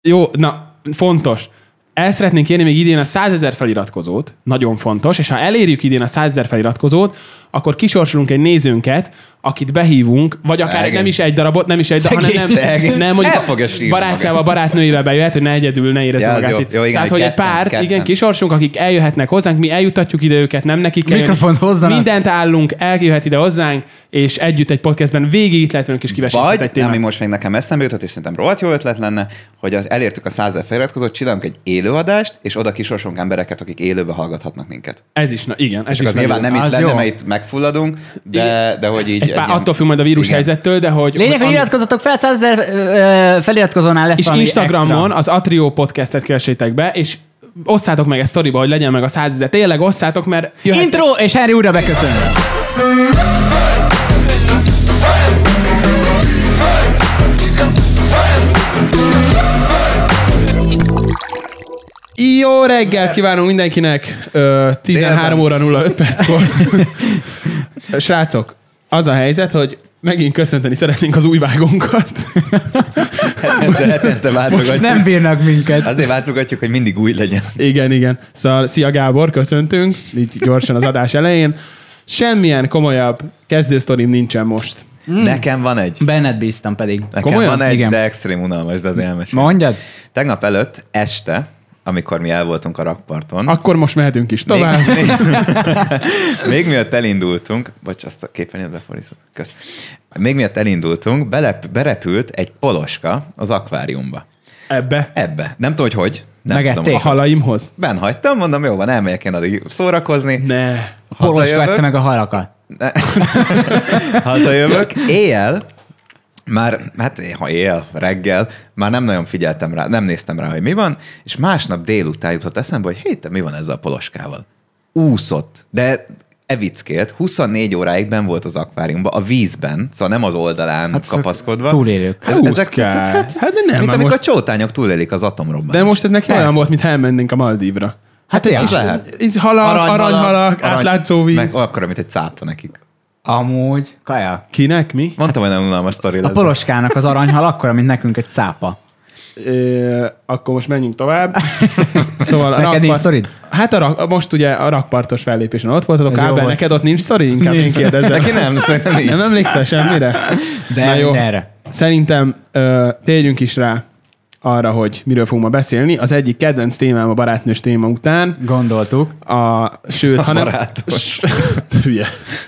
Jó, na, fontos. El szeretnénk kérni még idén a 100 000 feliratkozót, nagyon fontos, és ha elérjük idén a 100 000 feliratkozót, akkor kisorsolunk egy nézőnket, akit behívunk, vagy akár nem is egy darabot, hanem nem mondjuk barátjával, barátnőjével bejöhet, hogy ne egyedül, ne érezze magát itt. Jó, igen, tehát, hogy egy pár, igen, kisorsolunk, akik eljöhetnek hozzánk, mi eljutatjuk ide őket, nem nekik kell. Mikrofont hozzanak. Mindent állunk, eljöhet ide hozzánk, és együtt egy podcastben végig itt lehet velünk is kivesézni egy témát. Ami most még nekem eszembe jutott, és szerintem rohadt jó ötlet lenne, hogy elértük a 100 000 feliratkozót, csinálunk egy élőadást, és oda kisorsolunk embereket, akik élőbe hallgathatnak minket. Ez is, igen. Ez és az nyilván nem itt lenne, mert itt megfulladunk, de hogy így... Attól függ majd a vírus helyzettől, de hogy... Lényeg, hogy iratkozzatok fel, 100 000 feliratkozónál lesz és Instagramon extra. Az Atrio podcastet keressétek be, és osszátok meg egy sztoriba, hogy legyen meg a 100 000. Tényleg osszátok, mert... Intro, és Henry újra beköszön. Jó reggel kívánunk mindenkinek, 13 óra 05 perckor. Srácok, az a helyzet, hogy megint köszönteni szeretnénk az új vágónkat. Hetente váltogatjuk. Nem bírnak minket. Azért váltogatjuk, hogy mindig új legyen. Igen. Szóval szia Gábor, köszöntünk, így gyorsan az adás elején. Semmilyen komolyabb kezdősztorim nincsen most. Nekem van egy. Benned bíztam pedig. Nekem komolyan? van egy, Igen. de extrém unalmas, de az elmesél. Mondjad. Tegnap előtt este, amikor mi el voltunk a rakparton. Akkor most mehetünk is tovább. Még miatt elindultunk, bocs, azt a képernyőt befordítom. Kösz. Még miatt elindultunk, berepült egy poloska az akváriumba. Ebbe. Nem tudom, hogy. Nem tudom, a halaimhoz? benn hagytam, mondom, jó van, elmegyek én addig szórakozni. Ne. Poloska vette meg a halakat. Hazajövök. Éjjel, már, hát ha reggel, már nem nagyon figyeltem rá, nem néztem rá, hogy mi van, és másnap délután jutott eszembe, hogy hé, te mi van ezzel a poloskával? Úszott, de evickélt, 24 óráig benn volt az akváriumban, a vízben, szóval nem az oldalán hát kapaszkodva. Túlélők. Hát nem, mint amikor a csótányok túlélik az atomrobbanást. De most ez neki olyan volt, mintha elmennénk a Maldívra. Hát lehet. Aranyhalak, átlátszó víz. Meg akkora, mint egy cápa nekik. Amúgy, kaja. Kinek, mi? Mondtam, hogy nem unalmas sztori A lesz. poloskának az aranyhal akkora, mint nekünk egy cápa. Akkor most menjünk tovább. Szóval neked nincs sztorid? Hát most ugye a rakpartos fellépésen ott voltatok, Ábel, neked ott nincs sztori? Inkább én kérdezem. Neki nem, szerintem nincs. Nem emlékszel semmire? De jó. Erre. Szerintem térjünk is rá arra, hogy miről fogunk ma beszélni. Az egyik kedvenc témám a barátnős téma után. Gondoltuk. Sőt, ha nem... Hülye.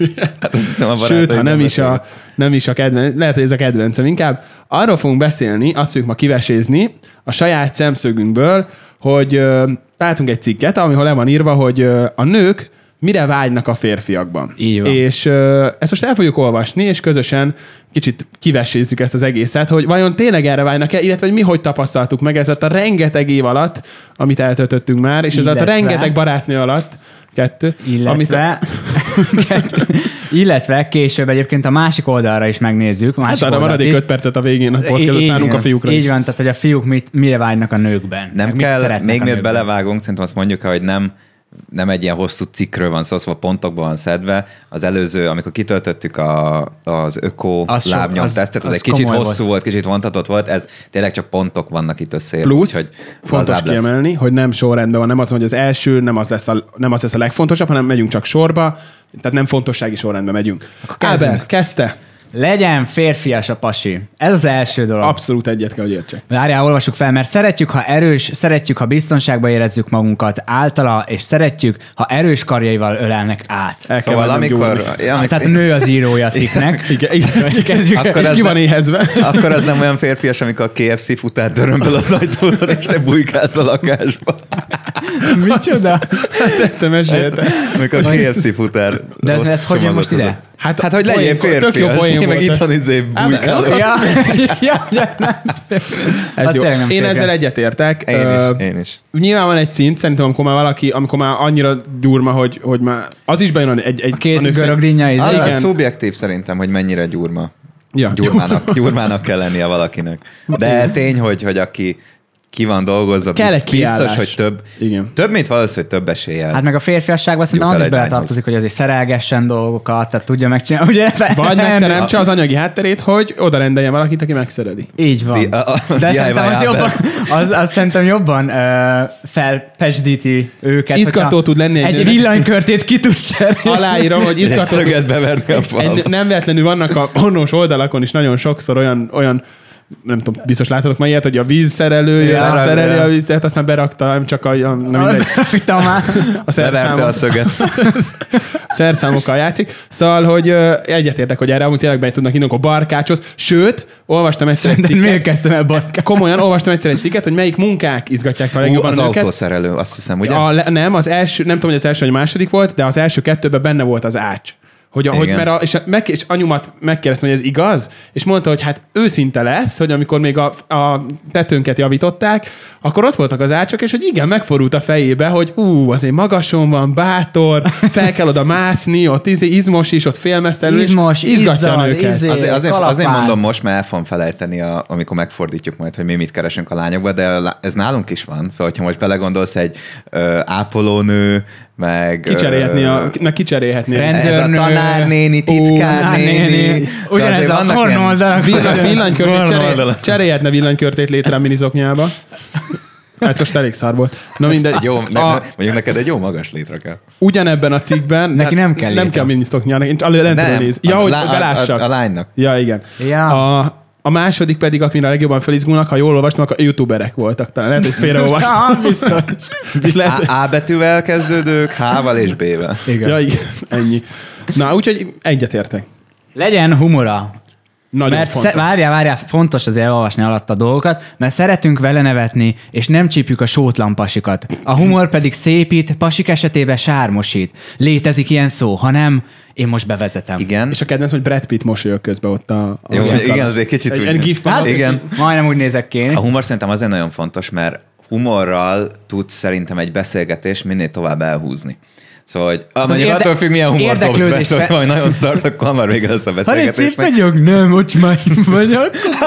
Sőt, ha nem is a kedvenc, lehet, hogy ez a kedvencem inkább. Arról fogunk beszélni, azt fogjuk ma kivesézni a saját szemszögünkből, hogy találtunk egy cikket, amihol le van írva, hogy a nők mire vágynak a férfiakban. Így van. És ezt most el fogjuk olvasni, és közösen kicsit kivesézzük ezt az egészet, hogy vajon tényleg erre vágynak-e, illetve hogy mi hogy tapasztaltuk meg ez a rengeteg év alatt, amit eltöltöttünk már, és ez a rengeteg barátnő alatt, 2. Illetve később egyébként a másik oldalra is megnézzük. Hát arra maradék 5 percet a végén, a podcast szánunk a fiúkra is. Így van, tehát hogy a fiúk mire vágynak a nőkben. Nem kell, még miért belevágunk, szerintem azt mondjuk, hogy nem egy ilyen hosszú cikkről van szó, szóval pontokban van szedve. Az előző, amikor kitöltöttük az öko lábnyomtesztet, az egy kicsit hosszú volt, kicsit vontatott volt, ez tényleg csak pontok vannak itt összeérve. Plusz, fontos kiemelni, hogy nem sorrendben van, nem az, hogy az első, nem az lesz a legfontosabb, hanem megyünk csak sorba, tehát nem fontossági sorrendben megyünk. Ábel, kezdte. Legyen férfias a pasi. Ez az első dolog. Abszolút egyet kell, hogy értsek. Várjál, olvassuk fel, mert szeretjük, ha erős, szeretjük, ha biztonságban érezzük magunkat általa, és szeretjük, ha erős karjaival ölelnek át. Szóval amikor... Tehát nő az írója a cikknek. Igen. Akkor és ki van éhezve. Akkor az nem olyan férfias, amikor a KFC futár dörömből az ajtóról, és te bujkálsz a lakásba. Micsoda? Egyszer meséltem. Amikor a KFC futár... De ez hogy jön most ide? Hát hogy legyél férfias, én meg itthon bujkálok. Ez jó. Én ezzel egyetértek. Én is. Nyilván van egy szint, szerintem, amikor már annyira gyurma, hogy már az is bejön egy két görögdínja is. Az szubjektív szerintem, hogy mennyire gyurma. Ja. Gyurmának kell lennie valakinek. De tény, hogy aki ki van dolgozva, biztos, hogy több, mint valószínűleg több eséllyel. Hát meg a férfiasságban szerintem az is beletartozik, hogy azért szerelgessen dolgokat, tehát tudja megcsinálni. Ugye? Vagy megteremtse az anyagi hátterét, hogy oda rendeljen valakit, aki megszereli. Így van. De szerintem szerintem jobban felpesdíti őket. Izgató tud lenni egy villanykörtét ki tudsz cserélni. Aláírom, hogy izgató. Egy szöget beverni a falba. Nem véletlenül vannak a honnos oldalakon is nagyon sokszor olyan nem tudom, biztos láttatok már ilyet, hogy a vízszerelő, szereli a vízet, azt már berakta, nem csak beverte a szöget. Szerszámokkal játszik. Szóval, hogy egyetértek, hogy erre amúgy tényleg be tudnak indulni a barkácshoz. Sőt, olvastam egyszer egy cikket. Miért kezdtem el barkácshoz? Komolyan, olvastam egyszer egy cikket, hogy melyik munkák izgatják fel legjobban az autószerelő, azt hiszem, ugye? Nem, az első, nem tudom, hogy az első vagy második volt, de az első kettőben benne volt az ács. És anyumat megkérdeztem, hogy ez igaz, és mondta, hogy hát őszinte lesz, hogy amikor még a tetőnket javították, akkor ott voltak az ácsok, és hogy igen, megfordult a fejébe, hogy azért magason van, bátor, fel kell oda mászni, ott izmos is, ott félmeztelő, és izgatja a nőket. Azért mondom most, mert el fogom felejteni, amikor megfordítjuk majd, hogy mi mit keresünk a lányokba, de ez nálunk is van. Szóval, hogyha most belegondolsz egy ápolónő, meg... Kicserélhetni. Ez a tanárnéni, titkárnéni. Ugyanez a pornoldalak. Cserélhetne villanykörtét létre a minizoknyába. Hát most elég szar volt. Na mindegy. Mondjuk neked egy jó magas létre kell. Ugyanebben a cikkben... Neki nem kell Nem kell minizoknyába. Én lentről néz. Ja, hogy belássak. A lánynak. Ja, igen. Ja. A második pedig, akire a legjobban felizgulnak, ha jól olvastam, akkor youtuberek voltak. Talán lehet, hogy félreolvastam. Biztos. A betűvel kezdődők, H-val és B-vel. Igen. Ja, igen. Ennyi. Na, úgyhogy egyetértek. Legyen humora. Nagyon mert fontos. Várjál, fontos azért elolvasni alatt a dolgokat, mert szeretünk vele nevetni, és nem csípjük a sótlan pasikat. A humor pedig szépít, pasik esetében sármosít. Létezik ilyen szó, ha nem, én most bevezetem. Igen. És a kedvenc, hogy Brad Pitt mosolyog közben ott a jó, igen, azért kicsit úgy. GIF van. Hát, igen. Majdnem úgy nézek ki. A humor szerintem azért nagyon fontos, mert humorral tudsz szerintem egy beszélgetés minél tovább elhúzni. Szóval, hogy mondjuk attól függ, milyen humor dobsz be, szóval majd nagyon szart, akkor hamar vége lesz a beszélgetésnek. Ha egy szép vagyok? Nem, hogy már vagyok.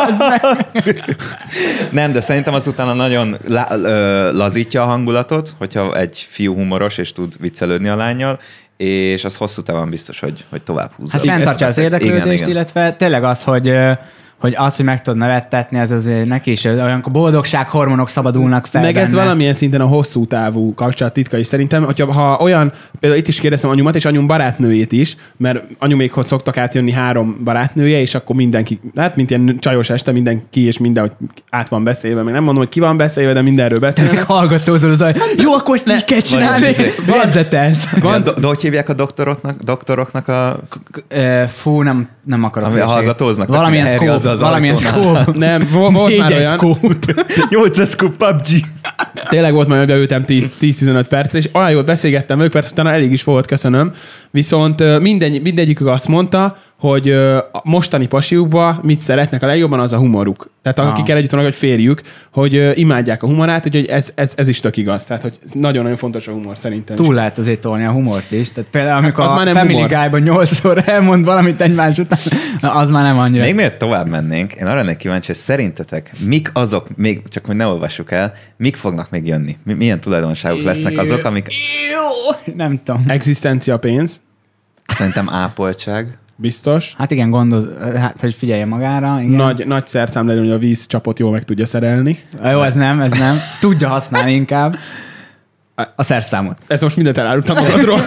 Nem, de szerintem azután nagyon lazítja a hangulatot, hogyha egy fiú humoros, és tud viccelődni a lánnyal, és az hosszú távon biztos, hogy tovább húzza. Hát fenntartja az érdeklődést, igen. Illetve tényleg az, hogy meg tud nevettetni, ez azért neki is olyan boldogsághormonok szabadulnak fel. Meg ez valamilyen szinten a hosszú távú kapcsolat titka is szerintem, ha olyan, például itt is kérdeztem anyumat, és anyum barátnőjét is, mert anyumékhoz szoktak átjönni 3 barátnője, és akkor mindenki, hát mint ilyen csajos este, mindenki és mindenhogy át van beszélve, meg nem mondom, hogy ki van beszélve, de mindenről beszélnek. Hallgatózol az jó, akkor ezt így kell csinálni. Redzetelsz. De hogy hívják a doktoroknak a... Fú, nem akarok. Ami hallgatóznak. Valamilyen szkóp. Nem, volt már olyan. 8 szkóp PUBG. Tényleg volt már, hogy beültem 10-15 percre, és olyan jól beszélgettem velük, persze utána elég is volt, köszönöm. Viszont mindegyikük azt mondta, hogy a mostani pasiukban mit szeretnek a legjobban, az a humoruk. Tehát akikkel együtt vannak, hogy férjük, hogy imádják a humorát, úgyhogy ez is tök igaz. Tehát, hogy nagyon-nagyon fontos a humor szerintem. Túl lehet azért tolni a humort is. Tehát például, amikor a Family Guy-ban 8-szor elmond valamit egymás után, az már nem annyira. Még miért tovább mennénk, én arra lennék kíváncsi, hogy szerintetek mik azok, még csak hogy ne olvassuk el, mik fognak még jönni? Milyen tulajdonságok lesznek azok, amik... Nem tudom. Egzisztencia pénz. Szerintem ápoltság. Biztos. Hát igen, hogy figyelje magára. Igen. Nagy szerszám legyen, hogy a vízcsapot jól meg tudja szerelni. Jó, ez nem. Tudja használni inkább a szerszámot. Ez most mindent elárultam magadról.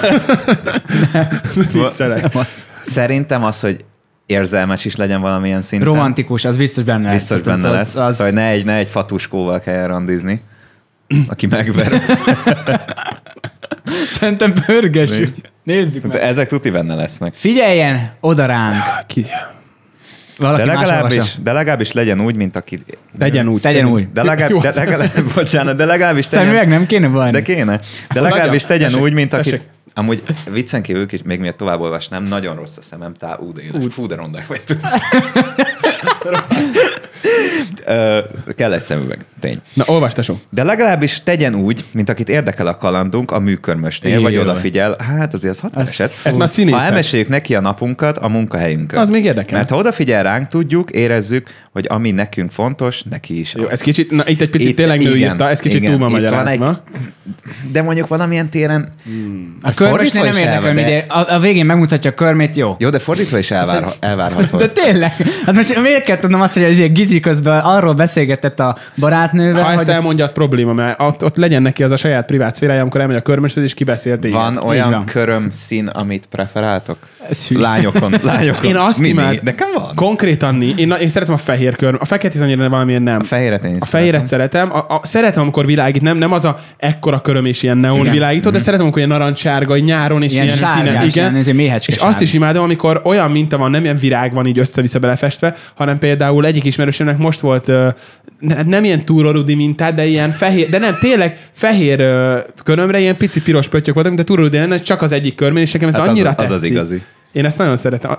Szerintem az, hogy érzelmes is legyen valamilyen szinten. Romantikus, az biztos benne lesz. Biztos benne lesz. Szóval ne egy fatuskóval kell randizni, aki megver. Szerintem pörgessük. Nézzük meg. Ezek tuti benne lesznek. Figyeljen oda ránk. De legalábbis legyen úgy, mint aki... Tegyen úgy. De legalábbis szemüveg nem kéne valami? De kéne. De legalábbis tegyen úgy, mint aki... Amúgy viccen kívül is, még miért tovább olvasnám, nagyon rossz a szemem, fú, de rondák vagytok. Kell egy szemüveg, tény. Na, olvasd, tesó. De legalábbis tegyen úgy, mint akit érdekel a kalandunk a műkörmösnél, vagy odafigyel. Hát azért az határeset. Ez már színészet. Ha elmeséljük neki a napunkat a munkahelyünkön. Az még érdekel. Mert ha odafigyel ránk, tudjuk, érezzük, hogy ami nekünk fontos, neki is. Jó, ez kicsit, na itt egy picit tényleg nő írta, ez kicsit túl van magyarázva. De mondjuk valamilyen téren... A körmösnél nem érdekel, a végén megmutatja a körmét, jó. Jó, de fordítva is elvárható. De tényleg. Hát most miért kell tudnom azt, hogy az ilyen Gizi közben arról beszélgetett a barátnővel, ha ezt elmondja, az probléma, mert ott legyen neki az a saját privát szférája, amikor elmegy a körmösöd, és kibeszélt téged. Van olyan körömszín, amit preferáltok? Ez Lányokon. Én azt imád. Nekem van. Konkrétan én szeretem a fehér körm. A feketét annyira valamilyen nem. A fehéret én is fehéret szeretem. Szeretem, amikor világít, nem az a ekkora köröm és ilyen neon világító, de szeretem, amikor ilyen narancssárga, nyáron és ilyen színe. Igen. És azt is imádom, amikor olyan minta van, nem ilyen virág van így össze-vissza belefestve, hanem például egyik ismerősömnek most volt nem ilyen túrorudi mintát, de ilyen fehér, de nem, tényleg fehér körömre ilyen pici piros pöttyök voltak, mint a túrorudi lenne, csak az egyik körmén, és nekem ez annyira tetszik. Az igazi. Én ezt nagyon szeretem.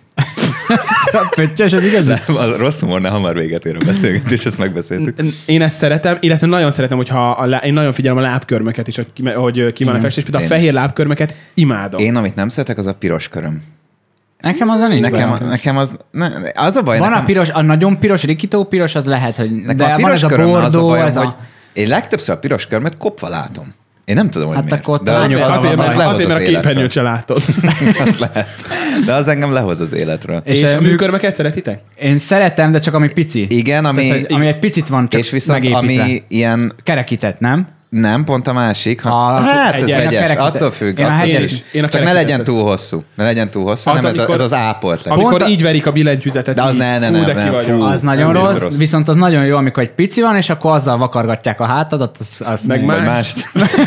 A pöttyös az igazi? Nem, a rossz humornál hamar véget ér a beszélgetés, ezt megbeszéltük. Én ezt szeretem, illetve nagyon szeretem, hogyha én nagyon figyelem a lábkörmöket is, hogy ki van a festés, de a fehér lábkörmöket imádom. Én, amit nem szeretek, az a piros köröm. Nekem az a nincs. Nekem az a baj. Van a piros, a nagyon piros, rikító piros, az lehet, hogy... De a piros köröm az a bajom, hogy én legtöbbször a piros körömet kopva látom. Én nem tudom, hogy hát miért. Akkor de azért, mert a képernyőt se látod. Az lehet. De az engem lehoz az életről. És a műkörmeket szeretitek? Én szeretem, de csak ami pici. Igen, ami egy picit van csak és viszont megépítve. Ami ilyen... Kerekített, nem? Nem, pont a másik. Hát ez vegyes, attól függ. Csak ne legyen túl hosszú. Nem ez az ápolt legyen. Amikor így verik a billentyűzetet. De az nem. Az nagyon rossz, viszont az nagyon jó, amikor egy pici van, és akkor azzal vakargatják a hátadat. Meg mást.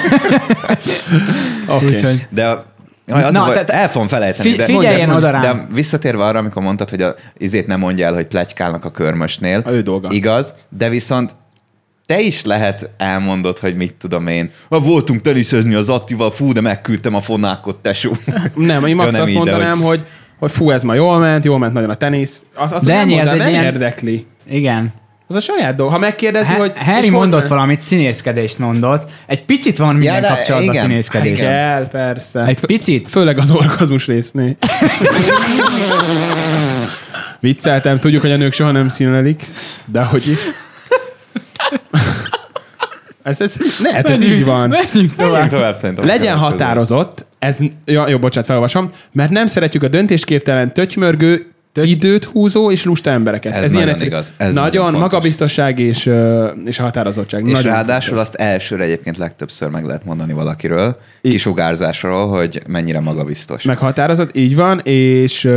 De el fogom felejteni. Figyeljen oda rám. De visszatérve arra, amikor mondtad, hogy izét nem mondja el, hogy pletykálnak a körmösnél. A ő dolga. Igaz, de viszont te is lehet elmondod, hogy mit tudom én. Voltunk teniszezni az Attival, fú, de megküldtem a fonákot, tesó. Nem, én max azt mondanám, hogy fú, ez ma jól ment nagyon a tenisz. Azt de nem ez nem ilyen... érdekli. Igen. Az a saját dolog. Ha megkérdezi, hogy... Harry mondott valamit, színészkedést mondott. Egy picit van minden kapcsolatban színészkedés. Kell, persze. Egy picit. Főleg az orgazmus résznél. Vicceltem, tudjuk, hogy a nők soha nem színelik, de hogy is. Ez így van. Menjünk tovább szerintem. Legyen határozott, jó, bocsánat, felolvasom, mert nem szeretjük a döntésképtelen, tötymörgő, időt húzó és lusta embereket. Ez nagyon igaz. Ez nagyon magabiztosság és a határozottság. És nagyon ráadásul fontos. azt elsőre egyébként legtöbbször meg lehet mondani valakiről, kisugárzásról, hogy mennyire magabiztos. Meghatározott, így van, és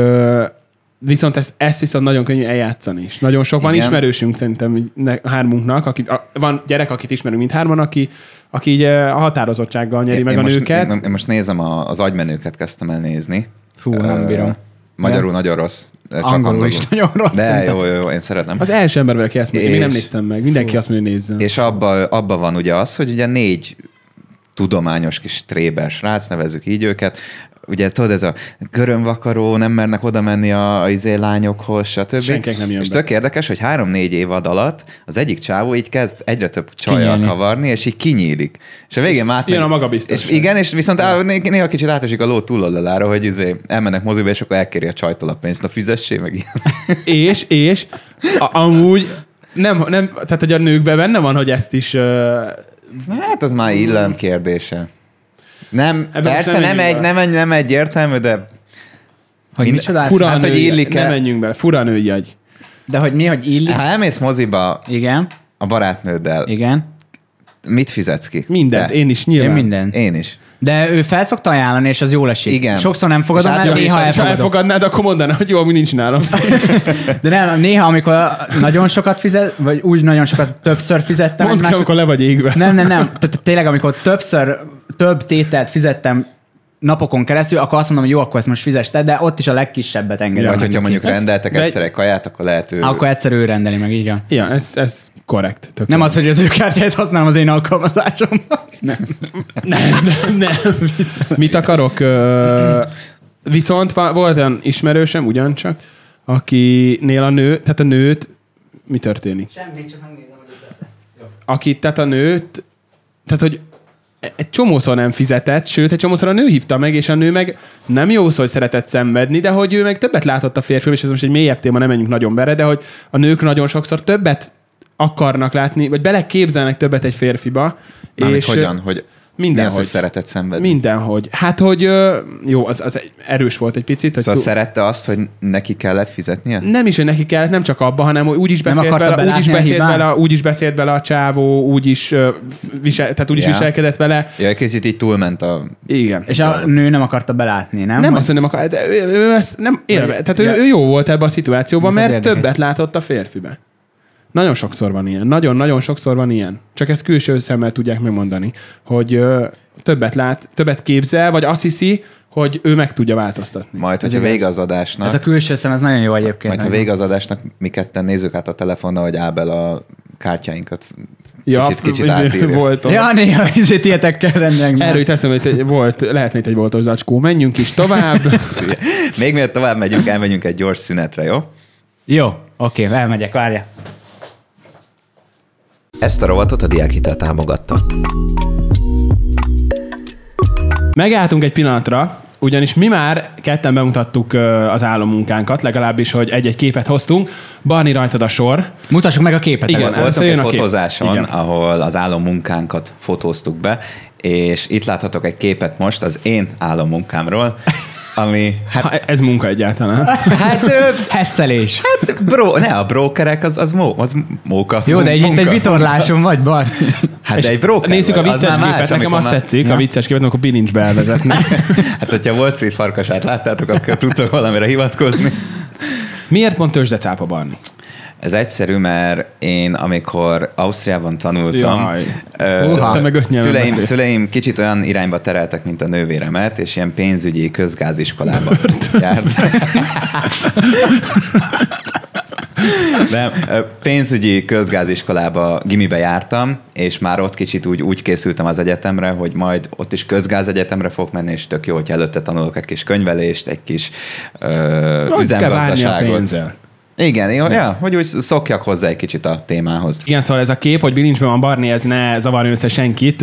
viszont ezt viszont nagyon könnyű eljátszani is. Nagyon sok van ismerősünk szerintem hármunknak, van gyerek, akit ismerünk mindhárman, aki így a határozottsággal nyeri meg a nőket. Én most nézem, az agymenőket kezdtem el nézni. Fú, nem bírom. Magyarul nagyon rossz. Angolul is nagyon rossz. De jó, én szeretem. Az első embervel, aki ezt mondja, én nem néztem meg. Mindenki azt mondja, hogy nézzem. És abba van ugye az, hogy ugye 4 tudományos kis tréber srác, nevezzük így őket, ugye tudod, ez a körömvakaró, nem mernek oda menni a lányokhoz, stb. Senkinek nem jön és be. tök érdekes, hogy 3-4 évad alatt az egyik csávó így kezd egyre több csajjal kavarni, és így kinyílik. És a végén már jön a magabiztosság. És igen, és viszont néha kicsit átesik a ló túloldalára, hogy elmennek moziba, és akkor elkéri a csajtól a pénzt, a fizessé, meg ilyen. És amúgy nem, tehát hogy a nőkben benne van, hogy ezt is... Hát az már illem kérdése. Nem, ebben persze nem egyértelmű, de... Hogy micsoda? Fura hogy illik-e? Nem menjünk bele. Fura női agy. De hogy mi, hogy illik? Ha elmész moziba Igen. a barátnőddel, Igen. mit fizetsz ki? Mindent, én is nyilván. Én mindent. Én is. De ő fel szokta ajánlani, és az jól esik. Igen. Sokszor nem fogadom el, néha elfogadom. Ha elfogadnád, akkor mondaná, hogy jó, mi nincs nálam. De nem, néha, amikor nagyon sokat fizet, vagy úgy nagyon sokat többször fizettem. Mondd ki, amikor le vagy égve. Nem. Tehát tényleg, amikor több tételt fizettem napokon keresztül, akkor azt mondom, hogy jó, akkor ezt most fizess te, de ott is a legkisebbet engedem. Vagy hogyha mondjuk rendeltek egyszer egy kaját, akkor lehet ő... Akkor egyszer ő rendeli meg, így van. Ja, ez korrekt. Nem az, hogy az ő kártyáját használom az én alkalmazásomban. Nem. Mit akarok? Viszont volt olyan ismerősöm, ugyancsak, akinél a nő, tehát a nőt, mi történik? Semmi, csak megnézem, hogy ez lesz. Aki, tehát a nőt, tehát hogy egy csomószor nem fizetett, sőt, egy csomószor a nő hívta meg, és a nő meg nem jó szó, hogy szeretett szenvedni, de hogy ő meg többet látott a férfiból, és ez most egy mélyebb téma, nem menjünk nagyon bele, de hogy a nők nagyon sokszor többet akarnak látni, vagy beleképzelnek többet egy férfiba. Mármint hogyan? Hogy mindenhogy. Mi az, hogy szeretett szenvedni? Mindenhogy. Hát, hogy jó, az erős volt egy picit. Szóval szerette azt, hogy neki kellett fizetnie? Nem is, hogy neki kellett, nem csak abba, hanem úgy is beszélt vele a csávó, úgy is viselkedett vele. Ja, egy kicsit így túlment a... Igen. És a nő nem akarta belátni, nem? Nem azt, hogy nem akar, ő ezt nem élve. Tehát ő jó volt ebben a szituációban, mert többet látott a férfiben. Nagyon sokszor van ilyen. Nagyon-nagyon sokszor van ilyen. Csak ezt külső szemmel tudják megmondani, hogy többet lát, többet képzel, vagy azt hiszi, hogy ő meg tudja változtatni. Majd, hogyha vége az adásnak... Ez a külső szem, ez nagyon jó egyébként. Majd, ha vége az adásnak, mi ketten nézzük át a telefonnal, hogy Ábel a kártyáinkat kicsit átírja. Voltom. Ja, néha ilyetekkel rendelni. Erről teszem, hogy lehetne itt egy voltos zacskó. Menjünk is tovább. Még mielőtt tovább megyünk, elmegyünk egy gyors szünetre, jó? Jó, oké, elmegyek, várja. Ezt a rovatot a Diákhitel támogatta. Megálltunk egy pillanatra, ugyanis mi már ketten bemutattuk az álommunkánkat, legalábbis, hogy egy-egy képet hoztunk. Barni, rajtad a sor. Mutassuk meg a képet. Igen, voltunk egy fotózáson, ahol az álommunkánkat fotóztuk be, és itt láthatok egy képet most az én álommunkámról, ami... Hát, ez munka egyáltalán. Hát... Hesszelés. Hát, a brókerek az móka. Jó, de itt egy vitorláson vagy, Barni. Hát de egy bróker. Nézzük a vicces képet, nekem azt tetszik, a vicces képet, amikor bilincsbe elvezetni. Hát, hogyha Wall Street farkasát láttátok, akkor tudtok valamire hivatkozni. Miért pont tőzsdecápa, Barni? Ez egyszerű, mert én amikor Ausztriában tanultam, szüleim kicsit olyan irányba tereltek, mint a nővéremet, és ilyen pénzügyi közgáziskolába járt. Nem, pénzügyi közgáziskolába, gimibe jártam, és már ott kicsit úgy készültem az egyetemre, hogy majd ott is közgázegyetemre fogok menni, és tök jó, hogy előtte tanulok egy kis könyvelést, egy kis üzemgazdaságot. Igen, ja, hogy úgy szokjak hozzá egy kicsit a témához. Igen, szóval ez a kép, hogy bilincsben van Barni, ez ne zavarjon össze senkit.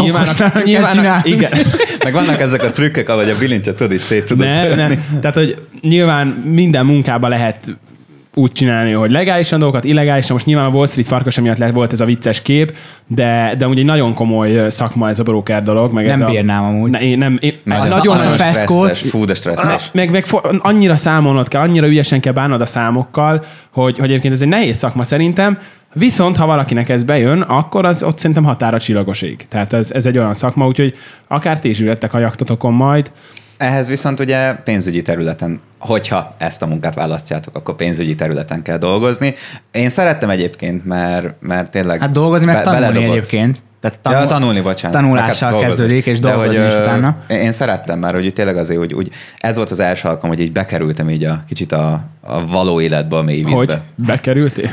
Nyilván igen. Meg vannak ezek a trükkök, ahogy a bilincset tudod is szét tudod törni. Tehát, hogy nyilván minden munkában lehet úgy csinálni, hogy legálisan dolgokat, illegálisan. Most nyilván a Wall Street farkas miatt volt ez a vicces kép, de amúgy egy nagyon komoly szakma ez a broker dolog. Meg nem bírnám amúgy. Nagyon feszkót. Fú, de stresszes. Meg annyira számolnod kell, annyira ügyesen kell bánnod a számokkal, hogy egyébként ez egy nehéz szakma szerintem. Viszont, ha valakinek ez bejön, akkor az ott szerintem határa csillagos ég. Tehát ez egy olyan szakma, úgyhogy akár ti is ülettek a jachtotokon majd. Ehhez viszont ugye pénzügyi területen, hogyha ezt a munkát választjátok, akkor pénzügyi területen kell dolgozni. Én szerettem egyébként, mert tényleg hát dolgozni meg tanulni egyébként. Tehát tanulni, bocsánat. Tanulással kezdődik, és dolgozni is utána. Én szerettem már, hogy tényleg azért úgy ez volt az első alkalom, hogy így bekerültem így kicsit a való életbe, a mély vízbe. Hogy bekerültél?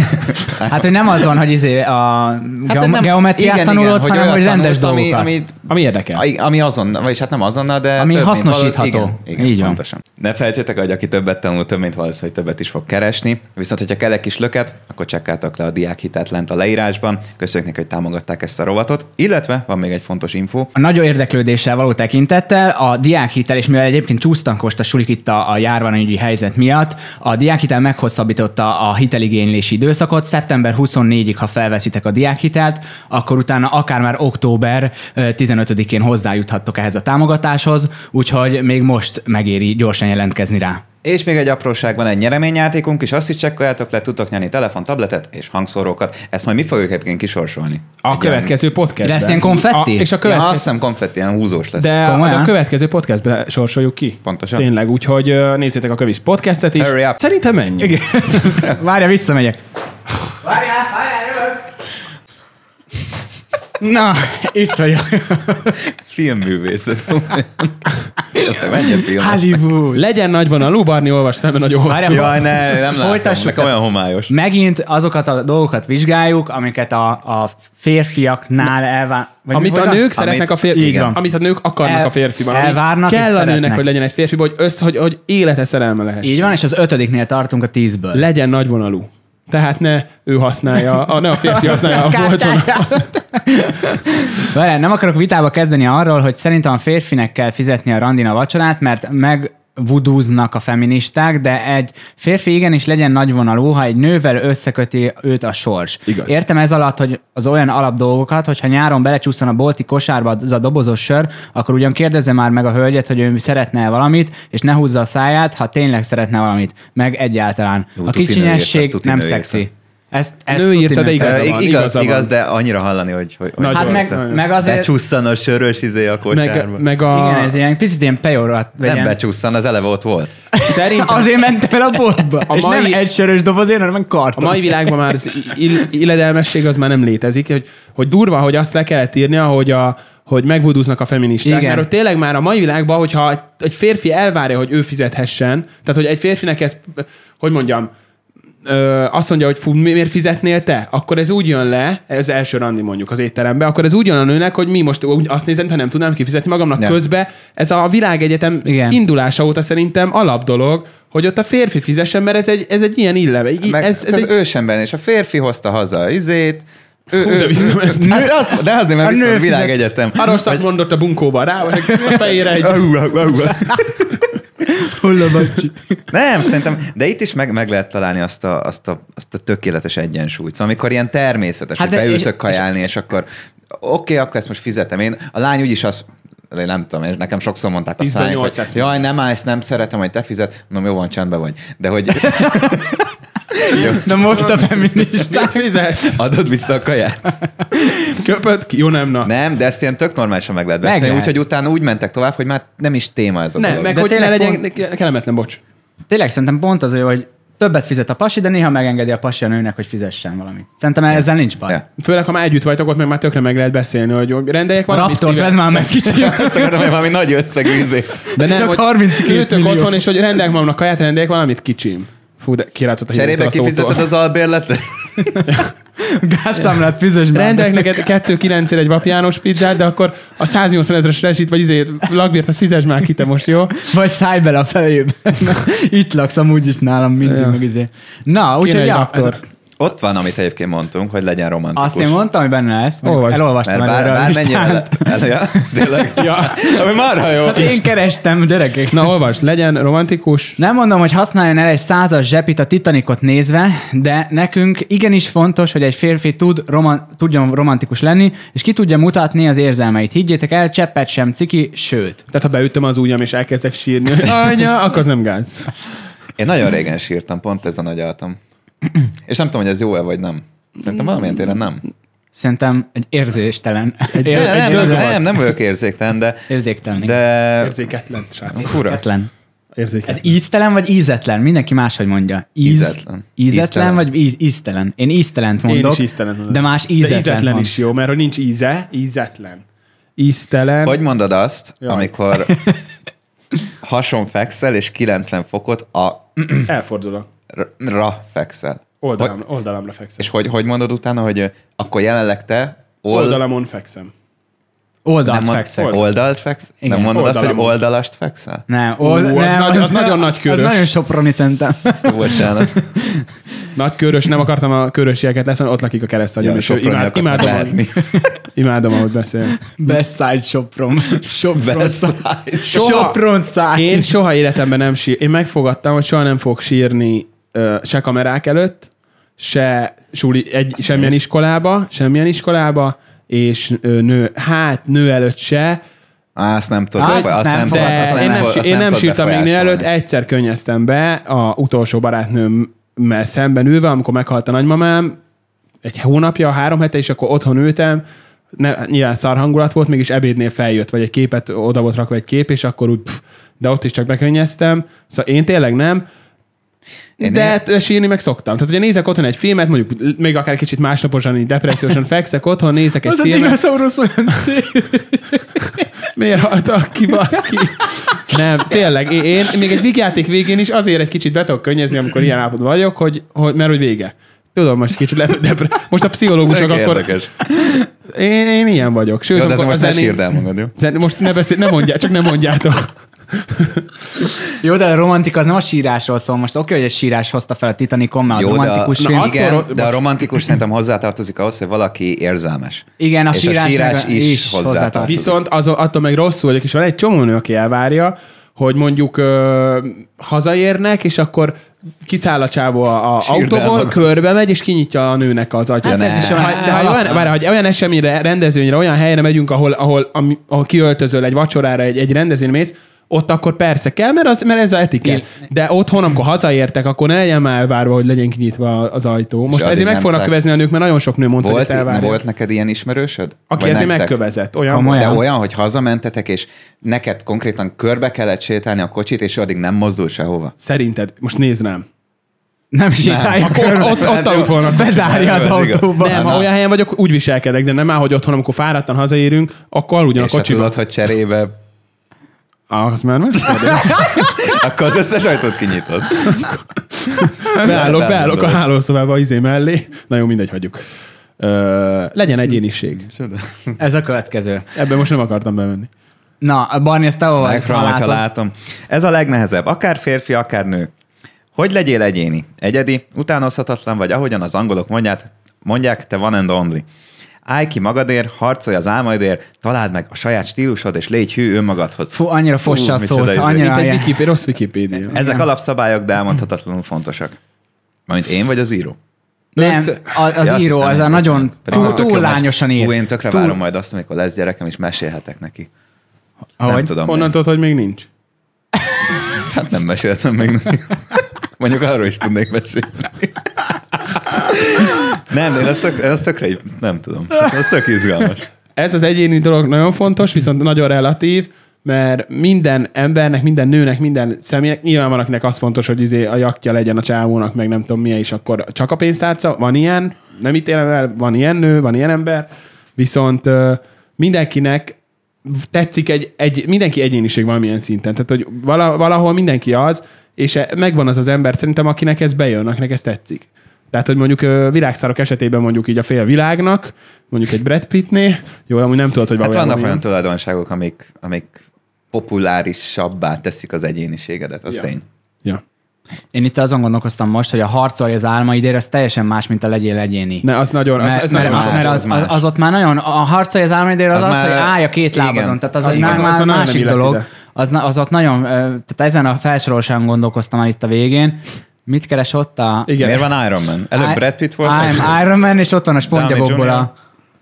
Hát, hogy nem az van, hogy a geometriát tanulod, hanem hogy rendes dolgokat. Ami érdekel. Ami azonnal, vagyis hát nem azonnal, de ami hasznosítható. Igen, így pontosan. Ne felejtsétek, hogy aki többet tanul, több mint valószínű, hogy többet is fog keresni. Viszont, hogyha kell egy kis löket, akkor csekkeltek le a Diákhitelt lent a leírásban. Köszönjük neki, hogy támogatták ezt a rovatot. Illetve van még egy fontos info. A nagy érdeklődéssel való tekintettel a Diákhitel, és mivel egyébként csúsztak most a sulik itt a járványügyi helyzet miatt, a Diákhitel meghosszabbította a hiteligénylési időszakot. Szeptember 24-ig, ha felveszitek a Diákhitelt, akkor utána akár már október 15-én hozzájuthattok ehhez a támogatáshoz, úgyhogy még most megéri gyorsan jelentkezni rá. És még egy apróság, van egy nyereményjátékunk, és azt is csekkoljátok le, tudtok nyerni telefon, tabletet és hangszórókat. Ezt majd mi fogjuk egyébként kisorsolni. A következő podcastben. Lesz ilyen konfetti? És azt hiszem konfetti, ilyen húzós lesz. De a következő podcastben sorsoljuk ki. Pontosan. Tényleg, úgyhogy nézzétek a kövis podcastet is. Szerintem menjünk. Várja, visszamegyek. Várjál, jövök. Na, itt vagyok. Filmművészet. Hollywood. Legyen nagyvonalú, Barni, olvasd fel, mert nagyon hosszú. Jaj, nem látom, nekem olyan homályos. Megint azokat a dolgokat vizsgáljuk, amiket a férfiaknál elvár... Amit a nők szeretnek a férfiban. Amit a nők akarnak a férfiban. Elvárnak kell a nőnek, hogy legyen egy férfiban, hogy élete szerelme lehessen. Így van, és az 5-nél tartunk a 10-ből. Legyen nagyvonalú. Tehát ne ő használja, ne a férfi használja a voltonalat. Nem akarok vitába kezdeni arról, hogy szerintem a férfinek kell fizetni a randin a vacsorát, mert megvudúznak a feministák, de egy férfi igenis legyen nagyvonalú, ha egy nővel összeköti őt a sors. Igaz. Értem ez alatt, hogy az olyan alapdolgokat, hogyha nyáron belecsúszson a bolti kosárba az a dobozos sör, akkor ugyan kérdezze már meg a hölgyet, hogy ő szeretne valamit, és ne húzza a száját, ha tényleg szeretne valamit. Meg egyáltalán. A kicsinyesség nem szexi. Ezt nő írta, de igaz, de annyira hallani, hogy hát meg azért... Becsusszan a sörös a kosárba. Igen, ez ilyen picit ilyen pejorat. Nem becsusszan, az eleve ott volt. Szerintem... Azért mentem el a boltba. És nem egy sörös dobozért, hanem karton. A mai világban már az illedelmesség az már nem létezik, hogy durva, hogy azt le kellett írnia, hogy megvudúznak a feministák. Igen. Mert hogy tényleg már a mai világban, hogyha egy férfi elvárja, hogy ő fizethessen, tehát hogy egy férfinek ez, hogy mondjam, azt mondja, hogy fú, miért fizetnél te? Akkor ez úgy jön le, ez első randi mondjuk az étterembe, akkor ez úgy jön a nőnek, hogy mi most azt nézem, ha nem tudnám kifizetni magamnak. Ja. Közben ez a világegyetem indulása óta szerintem alapdolog, hogy ott a férfi fizessen, mert ez egy ilyen illeve. Ez az ősemben, és a férfi hozta haza a de azért már viszont a világegyetem. Arra mondott a bunkóban rá, vagy a fejére egy... Nem, szerintem, de itt is meg lehet találni azt a tökéletes egyensúlyt. Szóval amikor ilyen természetes, hogy beültök kajálni, és akkor oké, akkor ezt most fizetem én. A lány úgyis azt, nem tudom, és nekem sokszor mondták a szájnak, hogy jaj, nem állsz, nem szeretem, hogy te fizet. Mondom, jó van, csendben vagy. De hogy... Na most a feministát fizet. Adod vissza a kaját. Köpöd ki? Jó, nem, na. Nem, de ezt ilyen tök normálisan meg lehet beszélni, úgyhogy utána úgy mentek tovább, hogy már nem is téma ez a dolog. Meg hogy ne legyen kellemetlen, bocs. Tényleg szerintem pont az, hogy többet fizet a pasi, de néha megengedi a pasi a nőnek, hogy fizessen valamit. Szerintem ezzel nincs baj. Ja. Főleg, ha már együtt vagytok, ott meg már tökre meg lehet beszélni, hogy rendeljek valamit. Raptort vedd már meg kicsit. Azt akarom, hogy valami nagy összegűzét. De nem, csak 32 millió. Otthon, és hogy rendeljek magamnak kaját, rendeljek valamit kicsim. Fú, de kirátszott a cserébe kifizeted az albérletet? Gázszámlát fizes már. Rendelek neked 2,9-ért egy vapjános pizzát, de akkor a 180 000-es rezsit, vagy lakbért, azt fizes már ki te most, jó? Vagy szállj bele a fejébe. Itt laksz amúgy is nálam mindig, meg Na, úgyhogy ott van, amit egyébként mondtunk, hogy legyen romantikus. Azt én mondtam, hogy benne lesz. Elolvastam előre a listát. Tényleg? Ami marha jó. Hát én kerestem, gyerekek. Na, olvasd, legyen romantikus. Nem mondom, hogy használjon el egy 100-as zsepit a Titanicot nézve, de nekünk igenis fontos, hogy egy férfi tudjon romantikus lenni, és ki tudja mutatni az érzelmeit. Higgyétek el, cseppet sem ciki, sőt. Tehát ha beütöm az ujjam, és elkezdek sírni, anya, akkor az nem gáz. Én nagyon régen sírtam, pont ez a nagy altom. És nem tudom, hogy ez jó-e, vagy nem. Szerintem valamilyen téren nem. Szerintem egy érzéstelen. Nem vagyok érzéktelen, de... Érzéktelen. Érzéketlen, srácok. Érzéketlen. Ez íztelen vagy ízetlen? Mindenki máshogy mondja. Ízetlen vagy íztelen? Én íztelent mondok. Én is íztelen mondom. De más ízetlen. De ízetlen is jó, mert hogy nincs íze, ízetlen. Íztelen. Hogy mondod azt, amikor hason fekszel, és 90 fokot elfordulok. Fekszel. Oldalamra fekszem. És hogy mondod utána, hogy akkor jelenleg te... Oldalamon fekszem. Oldalt fekszek. Oldalt fekszek? Nem mondod azt, hogy oldalast fekszel? Nem. Az nagyon nagy körös. Az nagyon soproni szerintem. Bocsánat. Nagy körös, nem akartam a körösieket lesz, ott lakik a keresztagyon. Imádom, ahogy beszél. Bestside Sopron. Sopron száj. Én soha életemben nem Én megfogadtam, hogy soha nem fogok sírni se kamerák előtt, se semmilyen iskolába, és nő előtt se. Azt nem tudom. Én nem sírtam még nő előtt, egyszer könnyeztem be a utolsó barátnőmmel szemben ülve, amikor meghalt a nagymamám, egy hónapja, 3 hete, és akkor otthon ültem, nyilván szar hangulat volt, mégis ebédnél feljött, vagy egy képet, oda volt rakva egy kép, és akkor úgy, de ott is csak bekönnyeztem. Szóval én tényleg nem. De sírni meg szoktam. Tehát, hogyha nézek otthon egy filmet, mondjuk még akár kicsit másnaposan, így depressziósan fekszek otthon, nézek egy filmet. Az a dinoszaurusz olyan szép. Miért haltak ki, baszki? Nem, tényleg, én még egy vígjáték végén is azért egy kicsit be tudok könnyezni, amikor ilyen állapotban vagyok, mert hogy vége. Tudom, most kicsit lehet, hogy most a pszichológusok akkor... Érdekes. Én ilyen vagyok. Sőt, jó, de most ne sírd el magad, jó? Most ne mondjátok, csak nem mondjátok. Jó, de a romantika az nem a sírásról szól. Most oké, hogy egy sírás hozta fel a Titanicon, mert jó, a romantikus film. Igen, de a romantikus szerintem hozzátartozik ahhoz, hogy valaki érzelmes. Igen, és a sírás is hozzátartozik. Viszont attól meg rosszul vagyok, és van egy csomó nő, aki elvárja, hogy mondjuk hazaérnek, és kiszáll a csávó a autóból, körbe megy, és kinyitja a nőnek az ajtót. Ha olyan eseményre, rendezvényre, olyan helyre megyünk, ahol kiöltözöl egy vacsorára, egy rendezvényre mész, ott akkor persze kell, mert ez az etikett. De otthon, amikor hazaértek, akkor ne legyen már elvárva, hogy legyen kinyitva az ajtó. Most ezért meg fognak kövezni a nők, mert nagyon sok nő mondta, hogy ezt elvárja. Volt neked ilyen ismerősöd? Aki ezért megkövezett. Olyan. De olyan, hogy hazamentetek, és neked konkrétan körbe kellett sétálni a kocsit, és addig nem mozdul sehova. Szerinted? Most nézd rám. Nem sétálja körbe. Ott aludt volna. Bezárja az autóba. Nem, ha olyan helyen vagyok, úgy viselkedek, de nem áll, hogy otthon, amikor fáradtan hazaérünk, akkor aludjon a kocsiba. És tudod, hogy cserébe... Azt már akkor az összes ajtót kinyitod. Beállok a hálószobába mellé. Na jó, mindegy, hagyjuk. Legyen egyéniség. Ez a következő. Ebben most nem akartam bemenni. Na, Barni, ezt te ha látom. Ez a legnehezebb. Akár férfi, akár nő. Hogy legyél egyéni? Egyedi, utánozhatatlan, vagy ahogyan az angolok mondják, te one and only. Állj ki magadért, harcolj az álmaidért, találd meg a saját stílusod, és légy hű önmagadhoz. Fú, annyira fossa a szót. Annyira egy rossz Wikipédia. Ezek alapszabályok, de elmondhatatlanul fontosak. Mint én vagy az író? Nem, az író, az a nagyon túl lányosan ír. Én tökre várom majd azt, amikor lesz gyerekem, és mesélhetek neki. Nem tudom. Honnan tudod, hogy még nincs? Hát nem meséltem még neki. Mondjuk arról is tudnék mesélni. Nem, én ezt tökre nem tudom. Ez tök izgalmas. Ez az egyéni dolog nagyon fontos, viszont nagyon relatív, mert minden embernek, minden nőnek, minden személynek, nyilván van, akinek az fontos, hogy a jaktja legyen a csávónak, meg nem tudom milyen, és akkor csak a pénztárca. Van ilyen, nem ítélem el, van ilyen nő, van ilyen ember, viszont mindenkinek tetszik mindenki egyéniség valamilyen szinten. Tehát, hogy valahol mindenki az, és megvan az ember szerintem, akinek ez bejön, akinek ez tetszik. Tehát, hogy mondjuk világszárok esetében mondjuk így a fél világnak, mondjuk egy Brad Pittnél, jó, amúgy nem tudod, hogy valójában vannak olyan tulajdonságok, amik populárisabbá teszik az egyéniségedet, az tény. Ja. Én itt azon gondolkoztam most, hogy a harcolj az álmaidért, az teljesen más, mint a legyél egyéni. Ne, az nagyon, mert az ott már nagyon, a harcolj az álmaidért az hogy állj a két lábadon, tehát az már másik dolog. Az ott nagyon, tehát ezen a felsorolásán gondolkoztam itt a végén. Mit keres ott a... Igen. Miért van Iron Man? Előbb Brad Pitt volt. Iron Man, és ott van a spontjabokból a...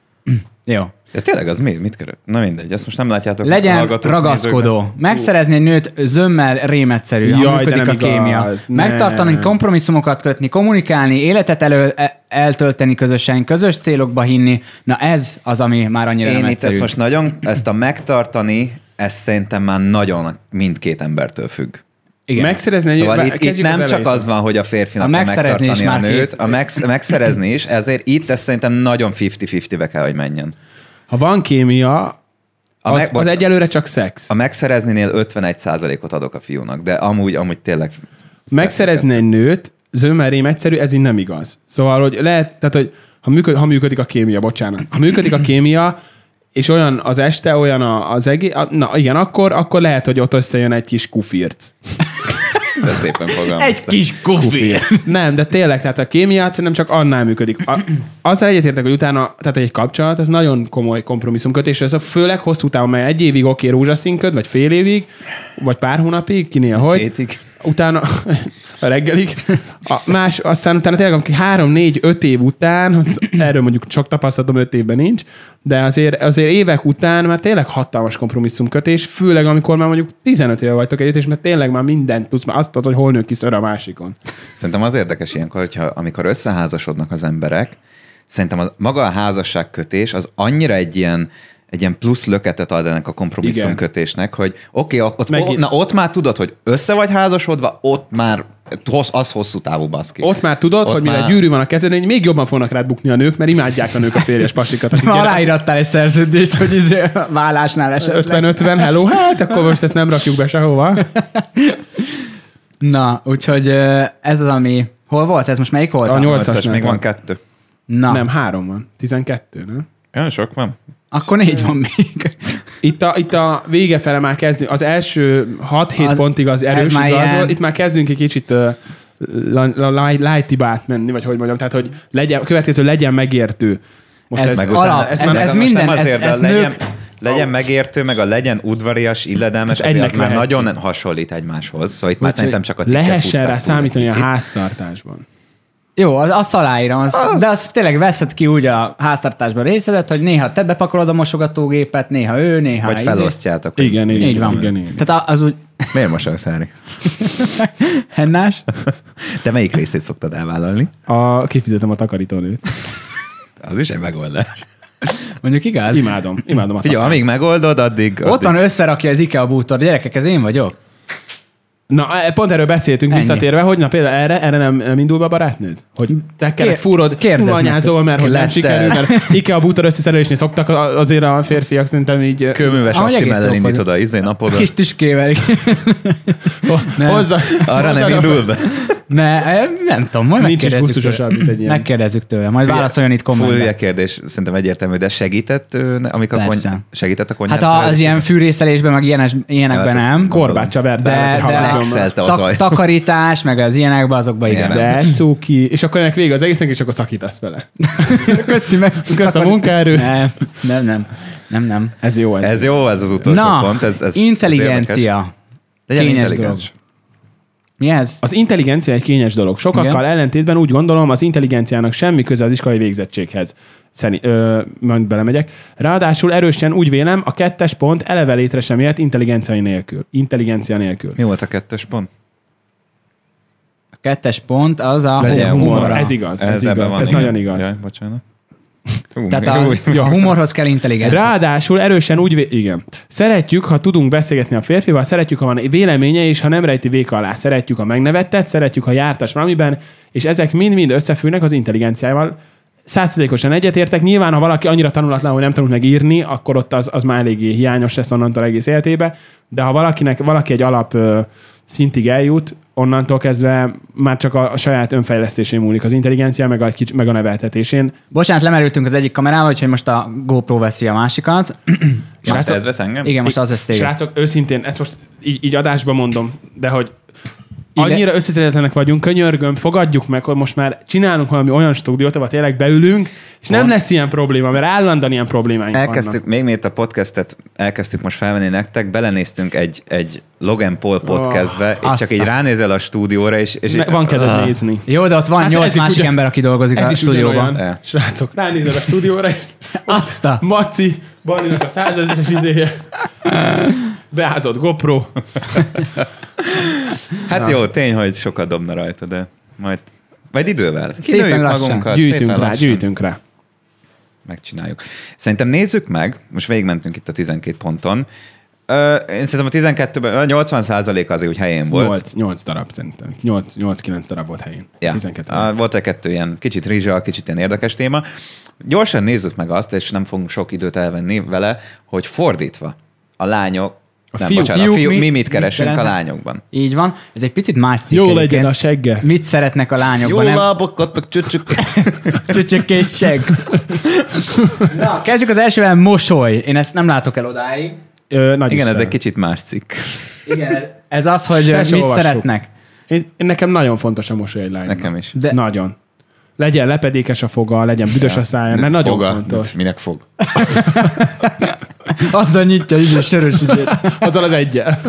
Jó. De tényleg az mit keres? Na mindegy, ezt most nem látjátok. Legyen ragaszkodó. Megszerezni egy nőt zömmel rémetszerű, ha működik a kémia. Megtartani kompromisszumokat kötni, kommunikálni, életet eltölteni közösen, közös célokba hinni. Na ez az, ami már annyira nem egyszerű. Ezt most nagyon, ezt a megtartani, ez szerintem már nagyon mindkét embertől függ. Igen. Megszerezni szóval itt nem csak az van, hogy a férfinak megtartani a nőt, megszerezni is, ezért itt ez szerintem nagyon 50-50-be kell, hogy menjen. Ha van kémia, az egyelőre csak szex. A megszerezninél 51%-ot adok a fiúnak, de amúgy tényleg... Megszerezni egy nőt, zömmel egyszerű, ez így nem igaz. Szóval, hogy lehet, tehát, hogy ha működik a kémia, bocsánat. Ha működik a kémia, és olyan az este, olyan az egész, na igen, akkor lehet, hogy ott összejön egy kis kufirc. De szépen fogalmaztam. Egy kis kufirc. Nem, de tényleg, tehát a kémia szerintem csak annál működik. Azzal egyetértek, hogy utána, tehát egy kapcsolat, ez nagyon komoly kompromisszumkötés, ez a főleg hosszú távon, mert egy évig oké, rózsaszínköd, vagy fél évig, vagy pár hónapig, kinél hogy. Hétig. Utána a reggelig. Aztán utána tényleg 3-4-5 év után, erről mondjuk sok tapasztalatom 5 évben nincs, de azért évek után már tényleg hatalmas kompromisszumkötés, főleg amikor már mondjuk 15 éve vagytok együtt, és mert tényleg már mindent tudsz, már azt tudod, hogy hol nő ki ször a másikon. Szerintem az érdekes ilyenkor, amikor összeházasodnak az emberek, szerintem maga a házasságkötés az annyira egy ilyen egy ilyen plusz löketet ad ennek a kompromisszumkötésnek, hogy ott már tudod, hogy össze vagy házasodva, ott már az hosszú távú baszki. Ott már tudod, hogy mire gyűrű van a kezeden, hogy még jobban fognak rád bukni a nők, mert imádják a nők a férjes pasikat. Aláírattál egy szerződést, hogy vállásnál esetleg. 50-50, hello, hát akkor most ezt nem rakjuk be sehova. Na, úgyhogy ez az, ami... Hol volt? Ez most melyik volt? A 8-as, még van 2. Na. Nem, 3 van. 12, nem? Olyan sok van. Akkor 4 van még. Itt a vége fele már kezdünk, az első 6-7 pontig az erős igazol, itt már kezdünk egy kicsit light-iba átmenni, vagy hogy mondjam, tehát hogy következő legyen megértő. Most ez minden, legyen megértő, meg a legyen udvarias, illedelmes, ez már nagyon hasonlít egymáshoz. Szóval itt már szerintem csak a cikket lehessen rá számítani a háztartásban. Jó, azt aláírom, de azt tényleg veszed ki úgy a háztartásban részedet, hogy néha te bepakolod a mosogatógépet, néha ő, néha... Vagy felosztjátok. Igen. Igen. Tehát az úgy... Miért mosolsz, Ári? Hennás? Te melyik részét szoktad elvállalni? Kifizetem a takarítónőt. Az is egy megoldás. Mondjuk igaz? Imádom a takarítónőt. Figyelj, amíg megoldod, addig... Ott van, összerakja az IKEA bútor. Gyerekek, ez én vagyok. Na, pont erről beszéltünk visszatérve, hogy na például erre nem indul be a barátnőd? Hogy te kellett fúrod, anyázol, mert hogy nem sikerül, mert IKEA bútor összeszerelésnél szoktak azért a férfiak szerintem így... Kőműves optimellen indítod a napodra. Kis tüskével. Arra nem indul be. Nem tudom, majd megkérdezzük tőle. Majd válaszoljon itt kommentben. Full hülye kérdés, szerintem egyértelmű, de segített a konyhát? Hát az ilyen fűrészelésben, meg ilyenekben nem. Korbácsa vertál. Takarítás, meg az ilyenekben, azokban igen. De cuki. És akkor ennek vége az egésznek, és akkor szakítasz vele. Köszi meg. Kösz a munkaerő. Nem. Ez jó, ez az utolsó pont. Ez intelligencia. Legyen intelligens. Mi ez? Az intelligencia egy kényes dolog. Sokakkal ellentétben úgy gondolom, az intelligenciának semmi köze az iskolai végzettséghez. Majd belemegyek. Ráadásul erősen úgy vélem, a 2. pont eleve létre sem jöhet intelligencia nélkül. Mi volt a 2. pont? A 2. pont az a humorra. Ez igaz. Ez nagyon igaz. Jaj, bocsánat. Tehát a humorhoz kell intelligencia. Ráadásul erősen igen. Szeretjük, ha tudunk beszélgetni a férfival, szeretjük, ha van véleménye, és ha nem rejti véka alá. Szeretjük, ha megnevettet, szeretjük, ha jártas valamiben, és ezek mind-mind összefüggnek az intelligenciával. 100%-osan egyetértek. Nyilván, ha valaki annyira tanulatlan, hogy nem tanult meg írni, akkor ott az már eléggé hiányos lesz onnantól egész életébe. De ha valaki egy alap szintig eljut, onnantól kezdve már csak a saját önfejlesztésén múlik az intelligencia, meg a neveltetésén. Bocsánat, lemerültünk az egyik kamerával, úgyhogy most a GoPro veszi a másikat. Srácok, ez vesz engem? Igen, most az vesz téged. Srácok, őszintén, ezt most így adásban mondom, de hogy annyira összeszedetlenek vagyunk, könyörgöm, fogadjuk meg, hogy most már csinálunk valami olyan stúdiót, ahol tényleg beülünk, és nem lesz ilyen probléma, mert állandóan ilyen problémáink vannak. Még miért a podcastet elkezdtük most felvenni nektek, belenéztünk egy Logan Paul podcastbe, és csak így ránézel a stúdióra, és van kedved nézni. Jó, de ott van 8 másik ember, aki dolgozik a stúdióban. Srácok, ránézel a stúdióra, és Maci, Ballinak a 100 000-es izéje. Beázott GoPro. Hát jó, tény, hogy sokat dobna rajta, de majd idővel. Szépen magunkat. Gyűjtünk rá. Megcsináljuk. Szerintem nézzük meg, most végigmentünk itt a 12 ponton. Én szerintem a 12-ben 80% azért úgy helyén volt. 8 darab szerintem. 8-9 darab volt helyén. Ja. 12. Volt egy 2 ilyen kicsit rizsa, kicsit ilyen érdekes téma. Gyorsan nézzük meg azt, és nem fogunk sok időt elvenni vele, hogy fordítva a lányok, mi mit keresünk a lányokban. Így van. Ez egy picit más cikk. Jó legyen a segge. Mit szeretnek a lányokban? Jó lábokat, meg csücsök. Csücsök és segg. Na, kezdjük az elsővel, mosoly. Én ezt nem látok el odáig. Igen, ez egy kicsit más cikk. Igen, ez az, hogy mit szeretnek. Nekem nagyon fontos a mosoly egy lánynak. Nekem is. De nagyon. Legyen lepedékes a foga, legyen büdös a szája, mert nagyon fontos. Minek fog? Azzal nyitja a sörös izét. Azzal az egyel.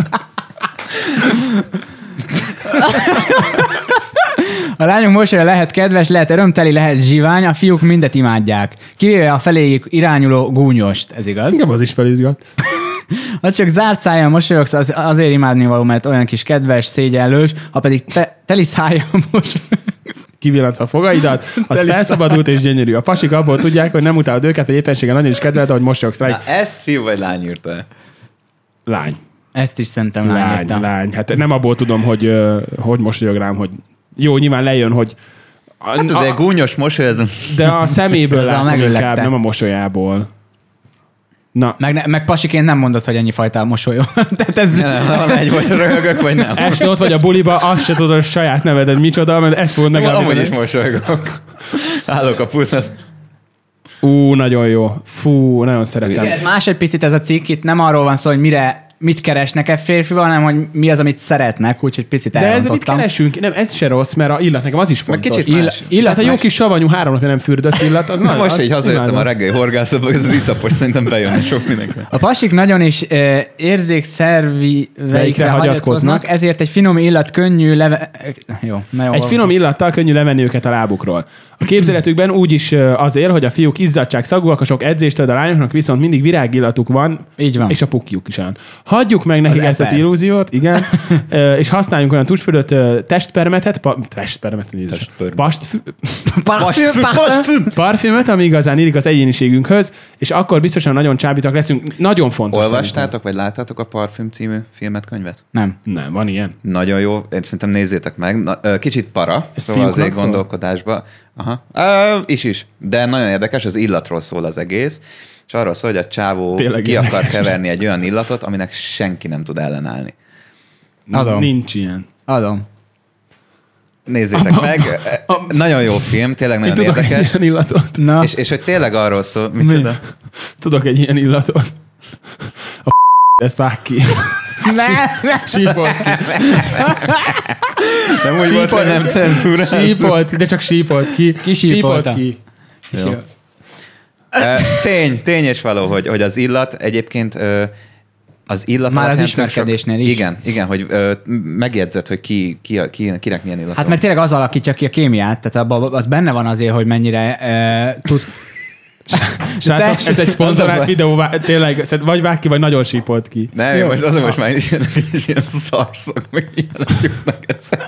A lányok mosolya lehet kedves, lehet örömteli, lehet zsivány, a fiúk mindet imádják. Kivéve a feléjük irányuló gúnyost, ez igaz? Igen, az is felizgat. Ha csak zárt szájjal mosolyogsz, azért imádni való, mert olyan kis kedves, szégyenlős, ha pedig teli szájjal mosolyogsz. kivillantva a fogaidat, az felszabadult és gyönyörű. A pasik abból tudják, hogy nem utálod őket, vagy éppenséggel nagyon is kedveld, ahogy mosolyogsz rá. Na, ez fiú vagy lány írta? Lány. Ezt is szerintem lány. Lány. Hát nem abból tudom, hogy mosolyog rám, hogy jó, nyilván lejön, hogy hát azért gúnyos mosoly, ez... De a szeméből látom inkább, nem a mosolyából. Na. Meg pasiként nem mondod, hogy ennyi fajta mosolyog. Tehát ez... Nem, egy vagy röhögök, vagy nem. Este ott vagy a buliba, azt se tudod a saját nevedet micsoda, mert ezt fogod megállítani. Amúgy is mosolygok. Állok a pultnál. Nagyon jó. Fú, nagyon szeretem. Ez más egy picit ez a cikk, itt nem arról van szó, hogy mit keresnek-e férfival, hanem hogy mi az, amit szeretnek, úgyhogy picit elrontottam. De ez mit keresünk? Nem, ez se rossz, mert a illat nekem az is fontos. Kicsit más. Illat, a jó kis savanyú 3 napja nem fürdött illat, az nagy. Most így hazajöttem a reggeli horgászatba, ez az iszapos szerintem bejönni sok mindenkinek. A pasik nagyon is érzékszerveikre hagyatkoznak, ezért egy finom illat könnyű Egy finom illattal könnyű levenni őket a lábukról. A képzeletükben úgy is az él, hogy a fiúk izzadság szagúak, a sok edzéstől, a lányoknak viszont mindig virágillatuk van, így van. És a pukjuk is van. Hagyjuk meg nekik ezt az illúziót, igen, és használjunk olyan tusfürdőt, parfümöt, ami igazán illik az egyéniségünkhöz, és akkor biztosan nagyon csábítak leszünk. Nagyon fontos. Olvastátok, vagy láttátok a Parfüm című filmet, könyvet? Nem, van ilyen. Nagyon jó, én szerintem nézzétek meg. Kicsit para, ez szóval azért gondolkodásba. Aha. Is. De nagyon érdekes, az illatról szól az egész, és arról szól, hogy a csávó ki akar keverni egy olyan illatot, aminek senki nem tud ellenállni. Adom. Nincs ilyen. Adom. Nézzétek meg. Nagyon jó film, tényleg nagyon érdekes. Tudok egy ilyen illatot. Na. És hogy tényleg arról szól, micsoda? Tudok egy ilyen illatot. Ezt vág ki. Sípolt ki. Nem úgy volt, hogy nem cenzúra. Sípolt, de csak sípolt ki. Sípolt ki. Tény és való, hogy az illat egyébként az illat már az ismerkedésnél is. Igen, hogy megjegyzett, hogy kinek milyen illat. Hát meg tényleg az alakítja ki a kémiát, tehát az benne van azért, hogy mennyire tud... Srácok, ez egy szponzorált videó, tényleg, vagy vág ki, vagy nagyon sípolt ki. Nem, jó, most már is ilyen szarszok, meg ilyenek jutnak egyszer.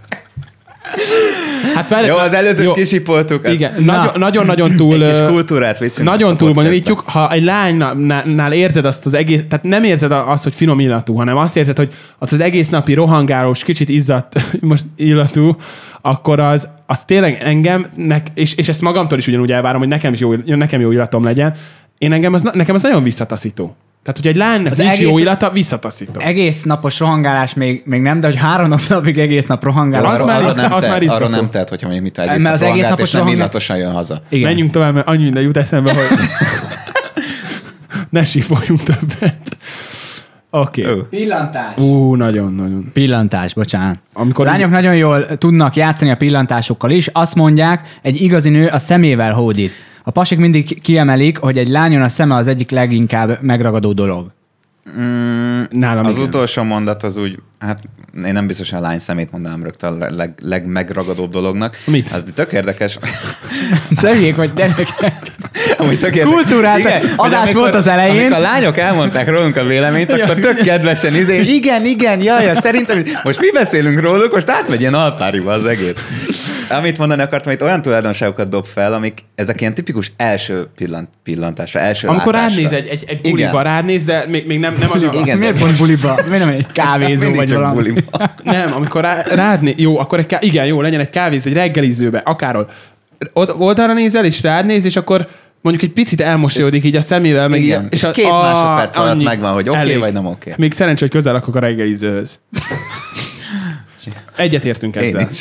Hát várj, jó, az előtt kisipoltuk. Igen, nagyon-nagyon túl... Egy kis kultúrát viszünk. Nagyon túl bonyolítjuk. Ha egy lánynál érzed azt az egész... Tehát nem érzed azt, hogy finom illatú, hanem azt érzed, hogy az egész napi rohangálós, kicsit izzadt most illatú, akkor az tényleg engemnek, és ezt magamtól is ugyanúgy elvárom, hogy nekem jó illatom legyen, nekem az nagyon visszataszító. Tehát, hogy egy lánynak nincs jó illata, visszataszító. Egész napos rohangálás még nem, de hogy 3 napig egész nap rohangálás. Arra nem tehet, hogyha még mit egész nap rohangálás, és nem illatosan jön haza. Igen. Menjünk tovább, mert annyi minden jut eszembe, hogy ne sípoljunk többet. Oké. Pillantás. Nagyon. Pillantás, bocsánat. Amikor lányok nagyon jól tudnak játszani a pillantásokkal is. Azt mondják, egy igazi nő a szemével hódít. A pasik mindig kiemelik, hogy egy lányon a szeme az egyik leginkább megragadó dolog. Nálam az utolsó mondat az úgy, hát én nem biztosan a lány szemét mondanám rögtön a legmegragadóbb dolognak. Mit? Az tök érdekes. Tegyék, hogy kultúrát, adás volt az elején. Amikor a lányok elmondták rólunk a véleményt, akkor tök kedvesen igen, jaj, szerintem most mi beszélünk róluk, most átmegy ilyen alpáriba az egész. Amit mondani akartam, hogy olyan tulajdonságokat dob fel, amik ezek ilyen tipikus első pillantásra, első amikor látásra. Rád néz egy buliba, rád néz, de még nem az a... Igen, miért pont buliba? Miért nem egy kávézó vagy valami? Nem, amikor rád néz, jó, akkor igen, jó, legyen egy kávézó, egy reggelizőbe, akárhol. Oldalra nézel, és rád néz, és akkor mondjuk egy picit elmosolyodik így a szemével. Meg igen, és 2 másodperc alatt megvan, hogy oké, vagy nem oké. Még szerencsé, hogy közel lakok a reggelizőhöz. Egyetértünk ezzel.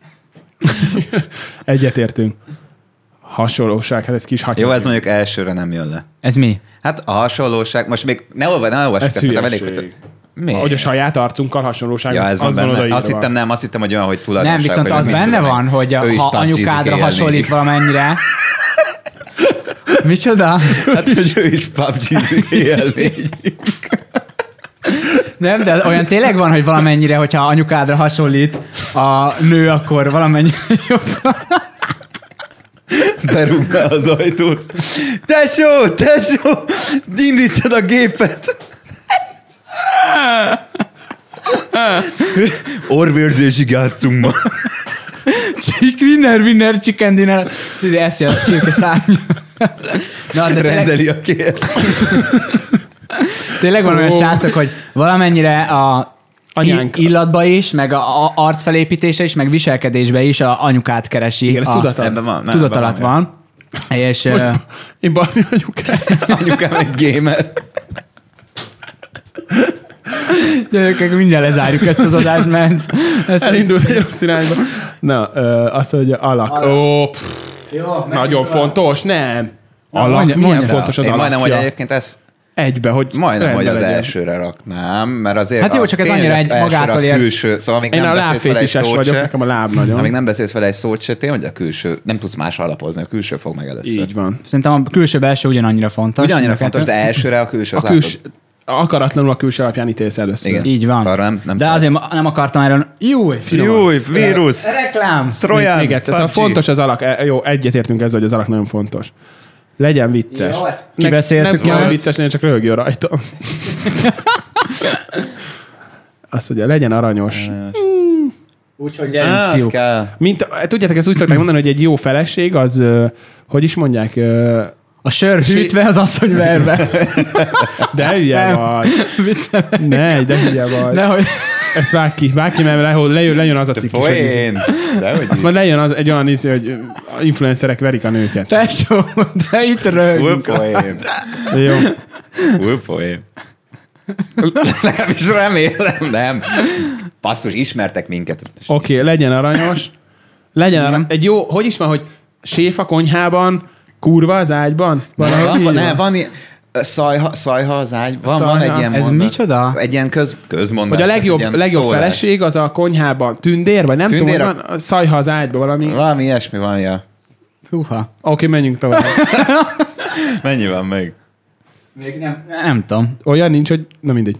Egyetértünk. Hasonlóság, hát ez kis hatya. Jó, ez mondjuk elsőre nem jön le. Ez mi? Hát a hasonlóság, most még ne olvassuk ezt, elég, hogy... Hogy a saját arcunkkal hasonlóság. Ja, ez van benne. Azt hittem, hogy olyan, hogy tulajdonság. Nem, viszont az benne van, hogy ha anyukádra hasonlít valamennyire. Micsoda? Hát, hogy ő is PUBG-zik élmény. Nem, de olyan tényleg van, hogy valamennyire, hogyha anyukádra hasonlít a nő, akkor valamennyire jobb. Berúgná az ajtót. Tesó, indítsad a gépet. Orvérzésig játszunk ma. Winner chicken dinner. Eszi a csirke szárnya. Rendeli a kért. Tényleg van olyan srácok, hogy valamennyire a illatba is, meg a arcfelépítése is, meg viselkedésbe is a anyukát keresi. Igen, ez tudat alatt van. És... Én Barni anyukám. Anyukám egy gamer. Gyerekek, mindjárt lezárjuk ezt az adást, mert ez elindult egy rossz irányba. Na, azt mondja, alak. Jó, nagyon fontos, nem. Alak, milyen fontos az alakja? Majdnem, hogy egyébként ez egybe, hogy majdnem, hogy az elsőre raknám, mert azért hát jó, csak ez annyira egy magától ér. Külső, szóval még én nem a lábfétises vagyok, nekem a láb nagyon. Amíg nem beszélsz vele egy szót se, tényleg a külső, nem tudsz más alapozni, a külső fog meg először. Így van. Szerintem a külső-belső ugyanannyira fontos. Ugyanannyira fontos, de elsőre a külső. Akaratlanul a külső alapján ítélsz először. Igen. Így van. Nem de perc. Azért nem akartam erről. Júj, vírus. Reklám. Trojan. Még egyszer. Szóval fontos az alak. Jó, egyetértünk ezzel, hogy az alak nagyon fontos. Legyen vicces. Jó, kibeszéltük. Nem kell vicces, csak röhögjön rajta. Azt mondja, legyen aranyos. Úgyhogy gyerünk, fiúk. Tudjátok, ezt úgy szokták mondani, hogy egy jó feleség, az, hogy is mondják... A sör hűtve, az asszony verve. De hülye vagy. Ne, de hülye vagy. Nehogy. Ezt vág ki, mert lejön az a cikk is. Azt majd lejön egy olyan íz, hogy influencerek verik a nőket. Tesó, de itt rögünk. Jó. Full poém. Legalábbis remélem, nem. Passzus, ismertek minket. Oké, legyen aranyos. Legyen aranyos. Egy jó, hogy is van, hogy séf a konyhában, kurva az ágyban? Van szajha az ágyban. Van egy ilyen ez mondat. Micsoda? Egy ilyen közmondat. Hogy a legjobb feleség az a konyhában tündér, vagy nem tudom, hogy van szajha az ágyban valami. Valami ilyesmi van, ja. Húha. Oké, menjünk tovább. Mennyi van még? Még nem tudom. Olyan nincs, hogy... Na mindegy.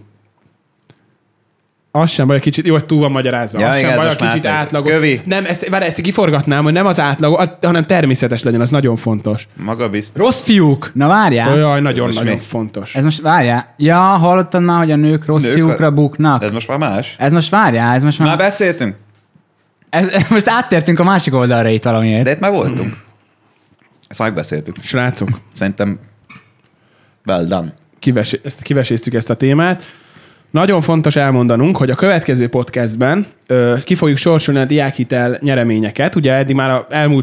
Az sem baj, kicsit... Jó, ez túl van magyarázva. Ja, az igen, sem baj, kicsit átlagos. Kövi. Nem, ezt kiforgatnám, hogy nem az átlag, hanem természetes legyen, az nagyon fontos. Maga biztos. Rossz fiúk! Na várjál. Olyan, nagyon fontos. Ez most várjál. Ja, hallottad már, hogy a nők rossz fiúkra buknak? Ez most már más? Ez most várjál, ez most már... Már beszéltünk? Ez most áttértünk a másik oldalra itt valamiért. De itt már voltunk. Ezt megbeszéltük. Srácok. Szerintem well done. Kiveséztük ezt a témát. Nagyon fontos elmondanunk, hogy a következő podcastben ki fogjuk sorsolni a diákhitel nyereményeket. Ugye eddig már az elmúlt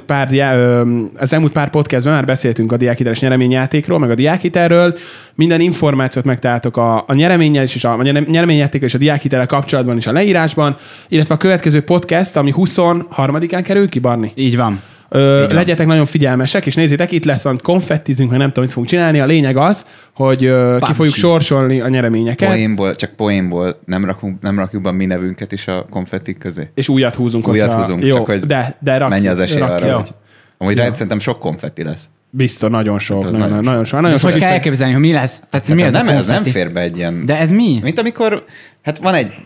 pár podcastben már beszéltünk a diákhiteles nyereményjátékról, meg a diákhitelről. Minden információt megtaláltok a nyereményjátékkal és a diákhitellel kapcsolatban is a leírásban, illetve a következő podcast, ami 23-án kerül ki, Barni? Így van. Legyetek nagyon figyelmesek, és nézzétek, itt lesz van konfettizünk, meg nem tudom, mit fogunk csinálni. A lényeg az, hogy ki fogjuk sorsolni a nyereményeket. Poénból nem rakjuk be a mi nevünket is a konfettik közé. És újat húzunk. Jó, csak hogy menj az esély arra, hogy... Amúgy szerintem sok konfetti lesz. Biztos, nagyon sok. Hát nagyon sok. Ezt hogy kell elképzelni, hogy mi lesz? Tehát mi ez a konfetti? Ez nem fér be egy ilyen... De ez mi? Mint amikor... Hát van egy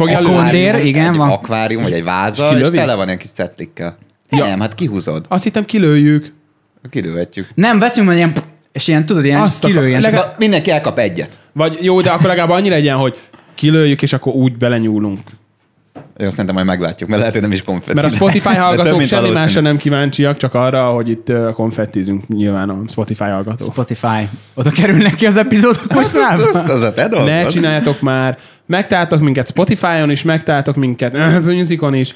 akvárium, vagy egy váza, és tele van ilyen kis cetlikkel. Nem, hát kihúzod. Azt hittem kilőjük. Kilőhetjük. Nem, veszünk majd ilyen, és ilyen, tudod, ilyen kilőjen. Mindenki elkap egyet. Vagy jó, de akkor legalább annyira legyen, hogy kilőjük, és akkor úgy belenyúlunk. Jó, szerintem majd meglátjuk, mert lehet, hogy nem is konfetti. Mert a Spotify hallgatók semmi másra nem kíváncsiak, csak arra, hogy itt konfettizünk nyilván a Spotify hallgatók. Spotify. Oda kerülnek ki az epizódok most rá? Az a te dolgod. Ne csináljátok már. Megtaláltok minket Spotify-on is, megtaláltok minket Musicon is,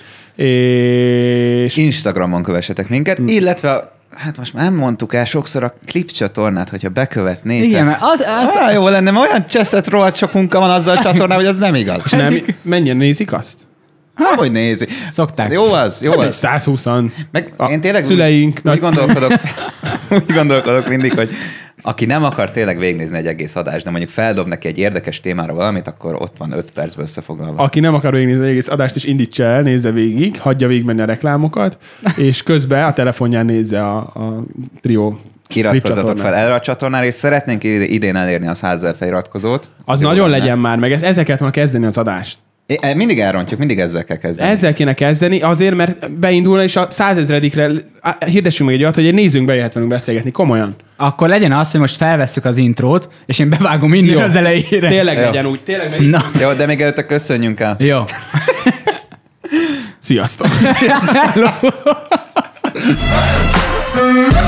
és... Instagramon kövessetek minket, illetve hát most már nem mondtuk el sokszor a Klip csatornát, hogyha bekövetnétek. Igen, mert az... Jó lenne, mert olyan cseszett rohadt sok munka van azzal a csatornán, hogy az nem igaz. Mennyien nézik azt? Hogy nézi. Szokták. Jó az. Hát 120-an. Meg én tényleg szüleink. Úgy gondolkodok mindig, hogy aki nem akar tényleg végignézni egy egész adást, de mondjuk feldob neki egy érdekes témára valamit, akkor ott van 5 percben összefoglalva. Aki nem akar végignézni egy egész adást, és indítsa el, nézze végig, hagyja végigmenni a reklámokat, és közben a telefonján nézze a Trio. Kiratkozzatok fel erre a csatornára, és szeretnénk idén elérni a 100 000 feliratkozót. Az nagyon legyen már, meg ezeket már kezdeni az adást. Mindig elrontjuk, mindig ezzel kell kezdeni. Ezzel kéne kezdeni, azért, mert beindulna, és a 100 000-re hirdessünk meg egy olyat, hogy nézzünk, bejöhet velünk beszélgetni, komolyan. Akkor legyen az, hogy most felvesszük az intrót, és én bevágom innen az elejére. Tényleg legyen úgy. Jó, de még előtte köszönjünk el. Jó. Sziasztok!